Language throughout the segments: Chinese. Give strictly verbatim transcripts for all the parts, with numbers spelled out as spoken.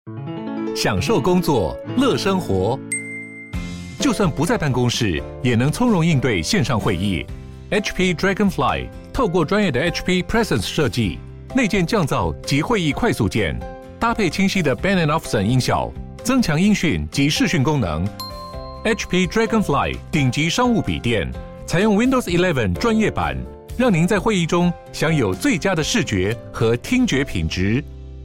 享受工作，乐生活。就算不在办公室，也能从容应对线上会议。H P Dragonfly 透过专业的 H P Presence 设计，内建降噪及会议快速键，搭配清晰的 Bang and Olufsen 音效，增强音讯及视讯功能。H P Dragonfly 顶级商务笔电，采用 Windows 十一专业版，让您在会议中享有最佳的视觉和听觉品质。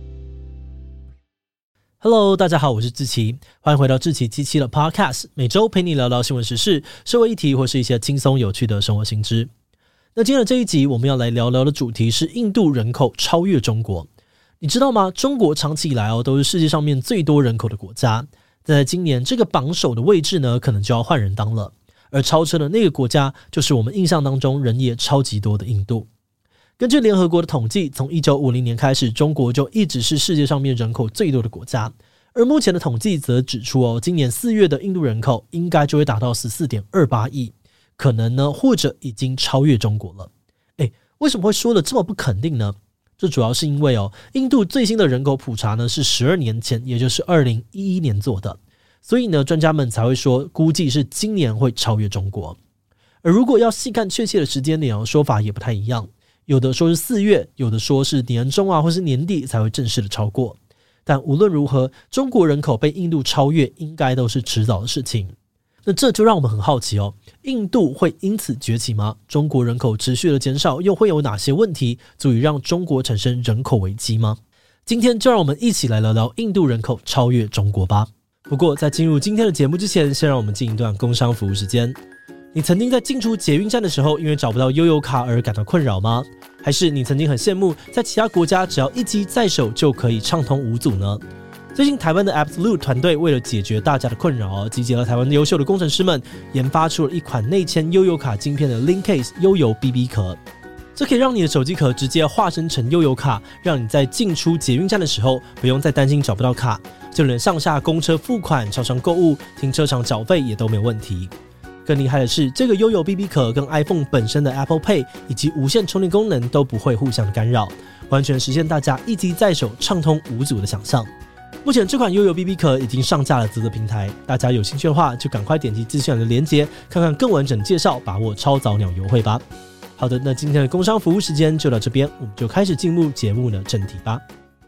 Hello， 大家好，我是志祺，欢迎回到志祺七七的 Podcast， 每周陪你聊聊新闻时事、社会议题或是一些轻松有趣的生活新知。那今天的这一集我们要来聊聊的主题是印度人口超越中国。你知道吗？中国长期以来哦都是世界上面最多人口的国家，但在今年这个榜首的位置呢，可能就要换人当了。而超车的那个国家就是我们印象当中人也超级多的印度。根据联合国的统计，从一九五零年开始，中国就一直是世界上面人口最多的国家。而目前的统计则指出哦，今年四月的印度人口应该就会达到 十四点二八亿，可能呢或者已经超越中国了。诶，为什么会说的这么不肯定呢？这主要是因为哦，印度最新的人口普查呢是十二年前，也就是二零一一年做的，所以呢专家们才会说估计是今年会超越中国。而如果要细看确切的时间点哦，说法也不太一样。有的说是四月，有的说是年中啊，或是年底才会正式的超过。但无论如何，中国人口被印度超越，应该都是迟早的事情。那这就让我们很好奇哦，印度会因此崛起吗？中国人口持续的减少，又会有哪些问题足以让中国产生人口危机吗？今天就让我们一起来聊聊印度人口超越中国吧。不过在进入今天的节目之前，先让我们进一段工商服务时间。你曾经在进出捷运站的时候因为找不到悠游卡而感到困扰吗？还是你曾经很羡慕在其他国家只要一机在手就可以畅通无阻呢？最近台湾的 Absolute 团队为了解决大家的困扰，集结了台湾优秀的工程师们，研发出了一款内嵌悠游卡晶片的 Linkcase 悠游 B B 壳。这可以让你的手机壳直接化身成悠游卡，让你在进出捷运站的时候不用再担心找不到卡，就连上下公车付款、超商购物、停车场缴费也都没有问题。更厉害的是，这个悠游 B B 壳跟 iPhone 本身的 Apple Pay 以及无线充电功能都不会互相的干扰，完全实现大家一机在手、畅通无阻的想象。目前这款悠游 B B 壳已经上架了嘖嘖平台，大家有兴趣的话就赶快点击资讯栏的连结，看看更完整的介绍，把握超早鸟优惠吧。好的，那今天的工商服务时间就到这边，我们就开始进入节目的正题吧。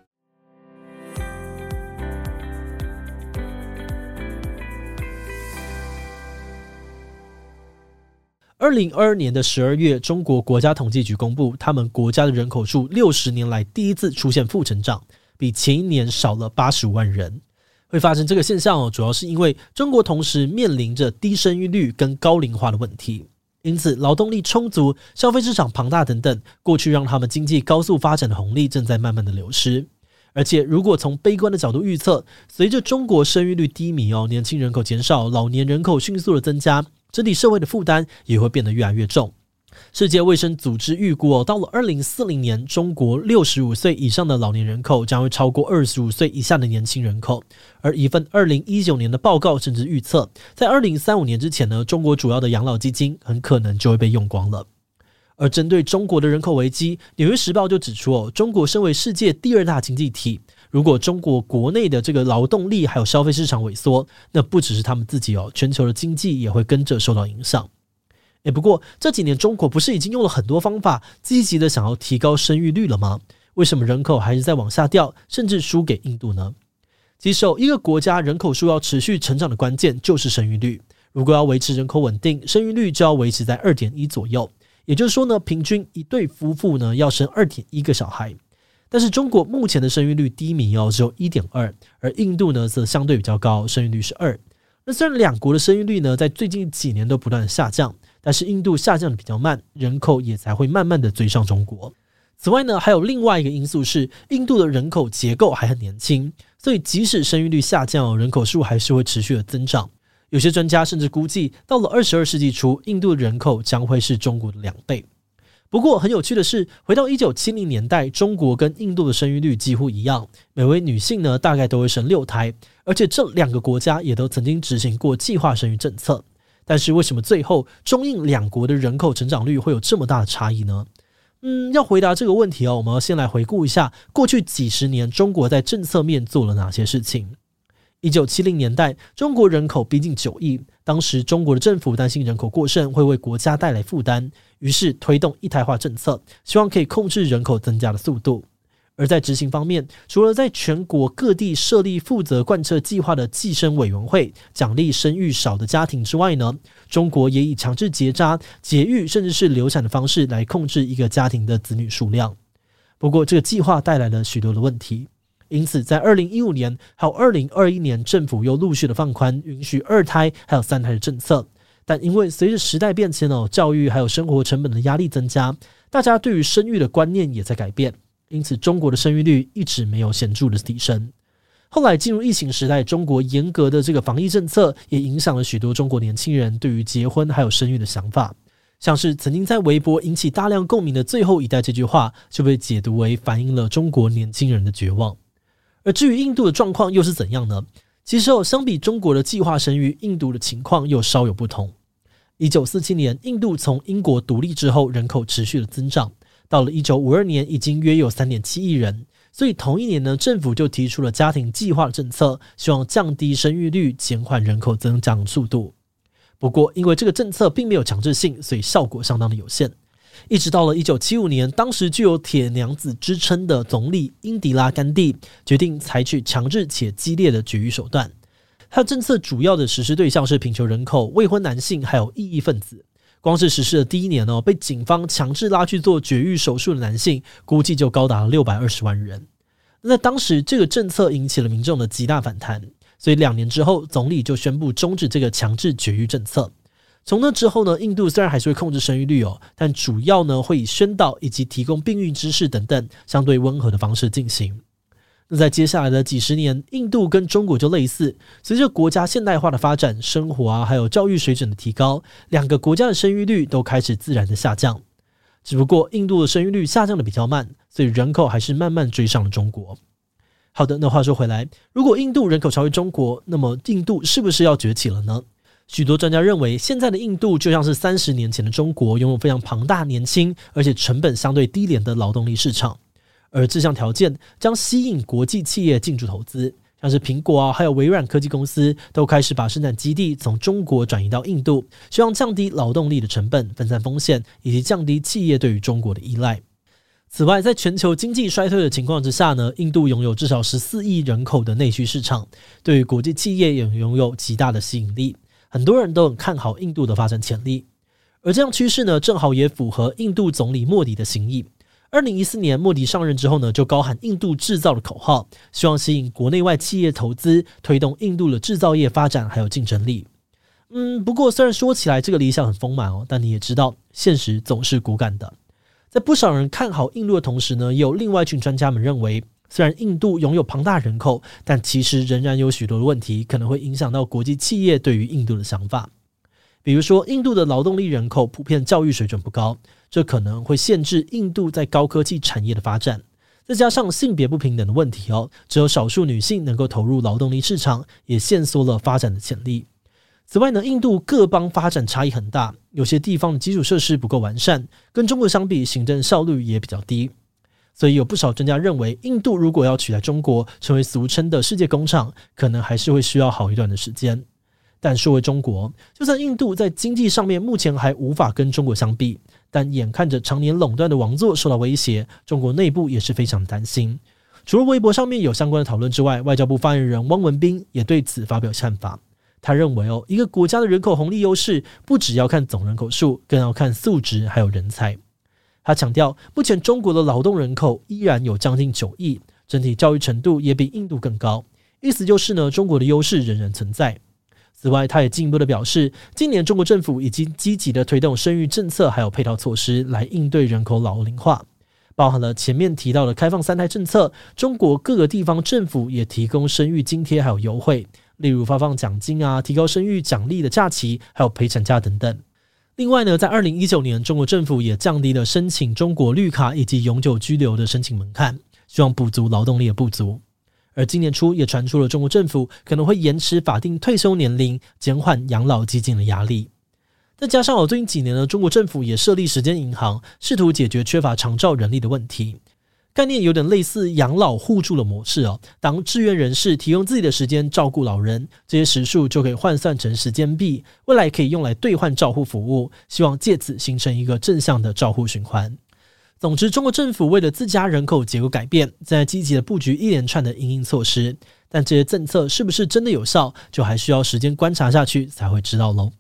二零二二年的十二月，中国国家统计局公布，他们国家的人口数六十年来第一次出现负成长，比前一年少了八十五万人。会发生这个现象哦，主要是因为中国同时面临着低生育率跟高龄化的问题，因此劳动力充足、消费市场庞大等等，过去让他们经济高速发展的红利正在慢慢的流失。而且如果从悲观的角度预测，随着中国生育率低迷哦，年轻人口减少，老年人口迅速的增加，整体社会的负担也会变得越来越重。世界卫生组织预估哦，到了二零四零年，中国六十五岁以上的老年人口将会超过二十五岁以下的年轻人口。而一份二零一九年的报告甚至预测，在二零三五年之前呢，中国主要的养老基金很可能就会被用光了。而针对中国的人口危机，纽约时报就指出哦，中国身为世界第二大经济体，如果中国国内的这个劳动力还有消费市场萎缩，那不只是他们自己哦，全球的经济也会跟着受到影响。诶，不过这几年中国不是已经用了很多方法积极的想要提高生育率了吗？为什么人口还是在往下掉，甚至输给印度呢？其实一个国家人口数要持续成长的关键就是生育率，如果要维持人口稳定，生育率就要维持在 二点一 左右。也就是说呢，平均一对夫妇呢要生 二点一 个小孩。但是中国目前的生育率低迷哦，只有 一点二， 而印度呢则相对比较高，生育率是二。那虽然两国的生育率呢在最近几年都不断的下降，但是印度下降的比较慢，人口也才会慢慢的追上中国。此外呢，还有另外一个因素是，印度的人口结构还很年轻，所以即使生育率下降，人口数还是会持续的增长。有些专家甚至估计，到了二十二世纪初，印度的人口将会是中国的两倍。不过很有趣的是，回到一九七零年代，中国跟印度的生育率几乎一样，每位女性呢大概都会生六胎，而且这两个国家也都曾经执行过计划生育政策。但是为什么最后中印两国的人口成长率会有这么大的差异呢？ 嗯，要回答这个问题哦，我们要先来回顾一下过去几十年中国在政策面做了哪些事情。一九七零年代，中国人口逼近九亿，当时中国的政府担心人口过剩会为国家带来负担，于是推动一胎化政策，希望可以控制人口增加的速度。而在执行方面，除了在全国各地设立负责贯彻计划的计生委员会，奖励生育少的家庭之外呢，中国也以强制结扎、节育甚至是流产的方式来控制一个家庭的子女数量。不过这个计划带来了许多的问题，因此在二零一五年还有二零二一年，政府又陆续的放宽允许二胎还有三胎的政策。但因为随着时代变迁哦，教育还有生活成本的压力增加，大家对于生育的观念也在改变，因此中国的生育率一直没有显著的提升。后来进入疫情时代，中国严格的这个防疫政策也影响了许多中国年轻人对于结婚还有生育的想法，像是曾经在微博引起大量共鸣的最后一代这句话就被解读为反映了中国年轻人的绝望。而至于印度的状况又是怎样呢？其实哦，相比中国的计划生育，印度的情况又稍有不同。一九四七年，印度从英国独立之后，人口持续的增长，到了一九五二年，已经约有 三点七亿人。所以同一年呢，政府就提出了家庭计划政策，希望降低生育率，减缓人口增长速度。不过，因为这个政策并没有强制性，所以效果相当的有限。一直到了一九七五年，当时具有铁娘子之称的总理英迪拉甘地决定采取强制且激烈的绝育手段。他的政策主要的实施对象是贫穷人口、未婚男性还有异议分子。光是实施的第一年哦，被警方强制拉去做绝育手术的男性，估计就高达了六百二十万人。那在当时，这个政策引起了民众的极大反弹，所以两年之后，总理就宣布终止这个强制绝育政策。从那之后呢，印度虽然还是会控制生育率哦，但主要呢会以宣导以及提供避孕知识等等相对温和的方式进行。那在接下来的几十年，印度跟中国就类似，随着国家现代化的发展，生活啊还有教育水准的提高，两个国家的生育率都开始自然的下降。只不过印度的生育率下降的比较慢，所以人口还是慢慢追上了中国。好的，那话说回来，如果印度人口超越中国，那么印度是不是要崛起了呢？许多专家认为，现在的印度就像是三十年前的中国，拥有非常庞大、年轻而且成本相对低廉的劳动力市场。而这项条件将吸引国际企业进驻投资，像是苹果啊，还有微软科技公司都开始把生产基地从中国转移到印度，希望降低劳动力的成本、分散风险，以及降低企业对于中国的依赖。此外，在全球经济衰退的情况之下呢，印度拥有至少十四亿人口的内需市场，对于国际企业也拥有极大的吸引力。很多人都很看好印度的发展潜力，而这样趋势呢，正好也符合印度总理莫迪的心意。二零一四年，莫迪上任之后呢，就高喊印度制造的口号，希望吸引国内外企业投资，推动印度的制造业发展还有竞争力。嗯，不过虽然说起来这个理想很丰满哦，但你也知道，现实总是骨感的。在不少人看好印度的同时呢，也有另外一群专家们认为，虽然印度拥有庞大人口，但其实仍然有许多的问题可能会影响到国际企业对于印度的想法。比如说，印度的劳动力人口普遍教育水准不高，这可能会限制印度在高科技产业的发展。再加上性别不平等的问题哦，只有少数女性能够投入劳动力市场，也限缩了发展的潜力。此外呢，印度各邦发展差异很大，有些地方的基础设施不够完善，跟中国相比，行政效率也比较低。所以有不少专家认为，印度如果要取代中国，成为俗称的世界工厂，可能还是会需要好一段的时间。但说回中国，就算印度在经济上面目前还无法跟中国相比，但眼看着常年垄断的王座受到威胁，中国内部也是非常担心。除了微博上面有相关的讨论之外，外交部发言人汪文斌也对此发表看法。他认为哦，一个国家的人口红利优势不只要看总人口数，更要看素质还有人才。他强调，目前中国的劳动人口依然有将近九亿，整体教育程度也比印度更高，意思就是呢，中国的优势仍然存在。此外，他也进一步的表示，今年中国政府已经积极的推动生育政策还有配套措施来应对人口老龄化，包含了前面提到的开放三胎政策，中国各个地方政府也提供生育津贴还有优惠，例如发放奖金啊，提高生育奖励的假期，还有陪产假等等。另外呢，在二零一九年，中国政府也降低了申请中国绿卡以及永久居留的申请门槛，希望补足劳动力的不足。而今年初也传出了中国政府可能会延迟法定退休年龄，减缓养老基金的压力。 再加上哦，最近几年呢，中国政府也设立时间银行，试图解决缺乏长照人力的问题。概念有点类似养老互助的模式哦，当志愿人士提供自己的时间照顾老人，这些时数就可以换算成时间币，未来可以用来兑换照护服务，希望借此形成一个正向的照护循环。总之，中国政府为了自家人口结构改变，在积极的布局一连串的因应措施，但这些政策是不是真的有效，就还需要时间观察下去才会知道咯。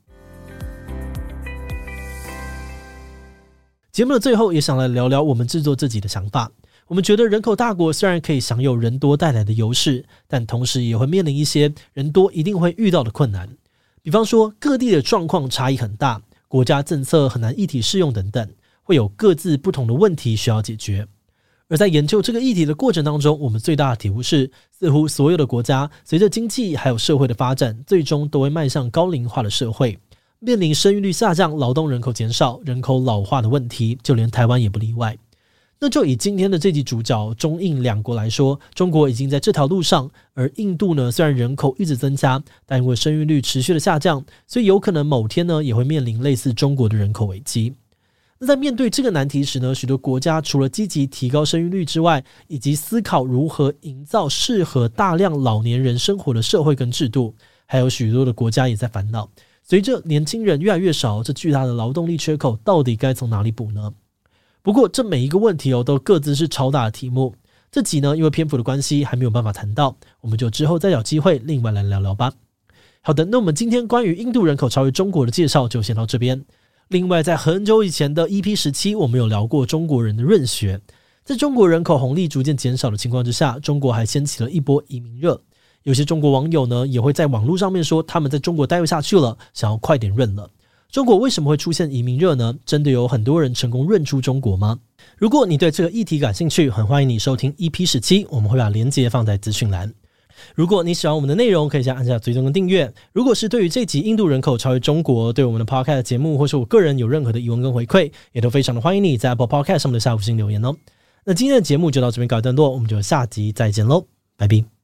节目的最后也想来聊聊我们制作自己的想法。我们觉得人口大国虽然可以享有人多带来的优势，但同时也会面临一些人多一定会遇到的困难，比方说各地的状况差异很大，国家政策很难一体适用等等，会有各自不同的问题需要解决。而在研究这个议题的过程当中，我们最大的体悟是，似乎所有的国家随着经济还有社会的发展，最终都会迈向高龄化的社会，面临生育率下降、劳动人口减少、人口老化的问题，就连台湾也不例外。那就以今天的这集主角中印两国来说，中国已经在这条路上，而印度呢，虽然人口一直增加，但因为生育率持续的下降，所以有可能某天呢也会面临类似中国的人口危机。那在面对这个难题时呢，许多国家除了积极提高生育率之外，以及思考如何营造适合大量老年人生活的社会跟制度，还有许多的国家也在烦恼，随着年轻人越来越少，这巨大的劳动力缺口到底该从哪里补呢？不过这每一个问题哦，都各自是超大的题目。这集呢，因为篇幅的关系还没有办法谈到，我们就之后再找机会另外来聊聊吧。好的，那我们今天关于印度人口超越中国的介绍就先到这边。另外在很久以前的 E P 十七 我们有聊过中国人的润学，在中国人口红利逐渐减少的情况之下，中国还掀起了一波移民热。有些中国网友呢也会在网络上面说他们在中国待不下去了，想要快点润了。中国为什么会出现移民热呢？真的有很多人成功润出中国吗？如果你对这个议题感兴趣，很欢迎你收听 E P 十七， 我们会把连结放在资讯栏。如果你喜欢我们的内容，可以先按下追踪跟订阅。如果是对于这集印度人口超越中国，对我们的 Podcast 节目或是我个人有任何的疑问跟回馈，也都非常的欢迎你在 Apple Podcast 上面的下五星留言哦。那今天的节目就到这边告一段落，我们就下集再见喽，拜拜。